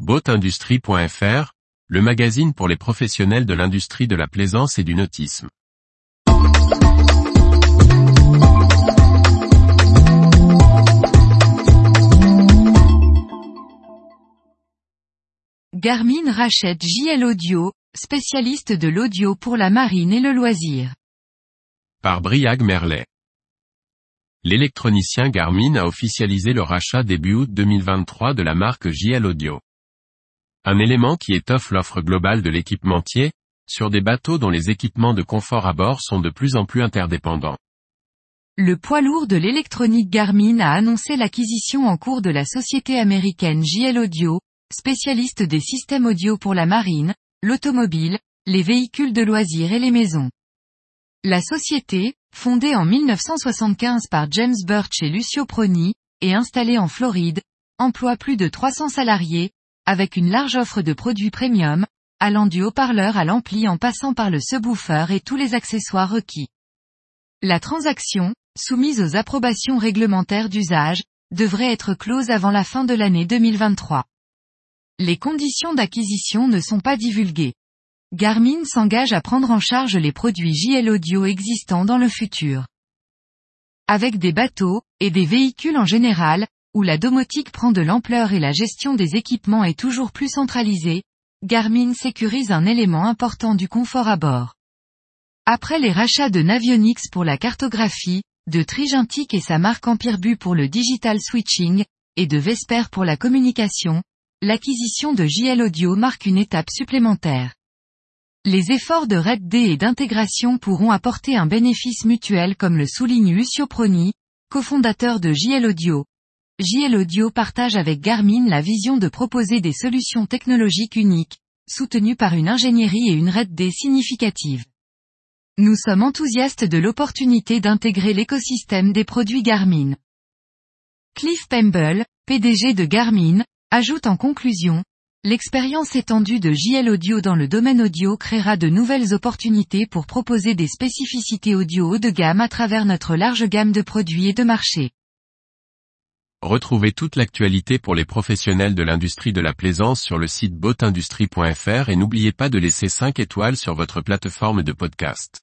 Boatindustrie.fr, le magazine pour les professionnels de l'industrie de la plaisance et du nautisme. Garmin rachète JL Audio, spécialiste de l'audio pour la marine et le loisir. Par Briag Merlet. L'électronicien Garmin a officialisé le rachat début août 2023 de la marque JL Audio. Un élément qui étoffe l'offre globale de l'équipementier, sur des bateaux dont les équipements de confort à bord sont de plus en plus interdépendants. Le poids lourd de l'électronique Garmin a annoncé l'acquisition en cours de la société américaine JL Audio, spécialiste des systèmes audio pour la marine, l'automobile, les véhicules de loisirs et les maisons. La société, fondée en 1975 par James Birch et Lucio Proni, et installée en Floride, emploie plus de 300 salariés, avec une large offre de produits premium, allant du haut-parleur à l'ampli en passant par le subwoofer et tous les accessoires requis. La transaction, soumise aux approbations réglementaires d'usage, devrait être close avant la fin de l'année 2023. Les conditions d'acquisition ne sont pas divulguées. Garmin s'engage à prendre en charge les produits JL Audio existants dans le futur. Avec des bateaux, et des véhicules en général, où la domotique prend de l'ampleur et la gestion des équipements est toujours plus centralisée, Garmin sécurise un élément important du confort à bord. Après les rachats de Navionics pour la cartographie, de Trigintic et sa marque Empirbu pour le digital switching, et de Vesper pour la communication, l'acquisition de JL Audio marque une étape supplémentaire. Les efforts de Red D et d'intégration pourront apporter un bénéfice mutuel comme le souligne Lucio Proni, cofondateur de JL Audio. JL Audio partage avec Garmin la vision de proposer des solutions technologiques uniques, soutenues par une ingénierie et une Red D significative. Nous sommes enthousiastes de l'opportunité d'intégrer l'écosystème des produits Garmin. Cliff Pemble, PDG de Garmin, ajoute en conclusion, l'expérience étendue de JL Audio dans le domaine audio créera de nouvelles opportunités pour proposer des spécificités audio haut de gamme à travers notre large gamme de produits et de marchés. Retrouvez toute l'actualité pour les professionnels de l'industrie de la plaisance sur le site boatindustrie.fr et n'oubliez pas de laisser 5 étoiles sur votre plateforme de podcast.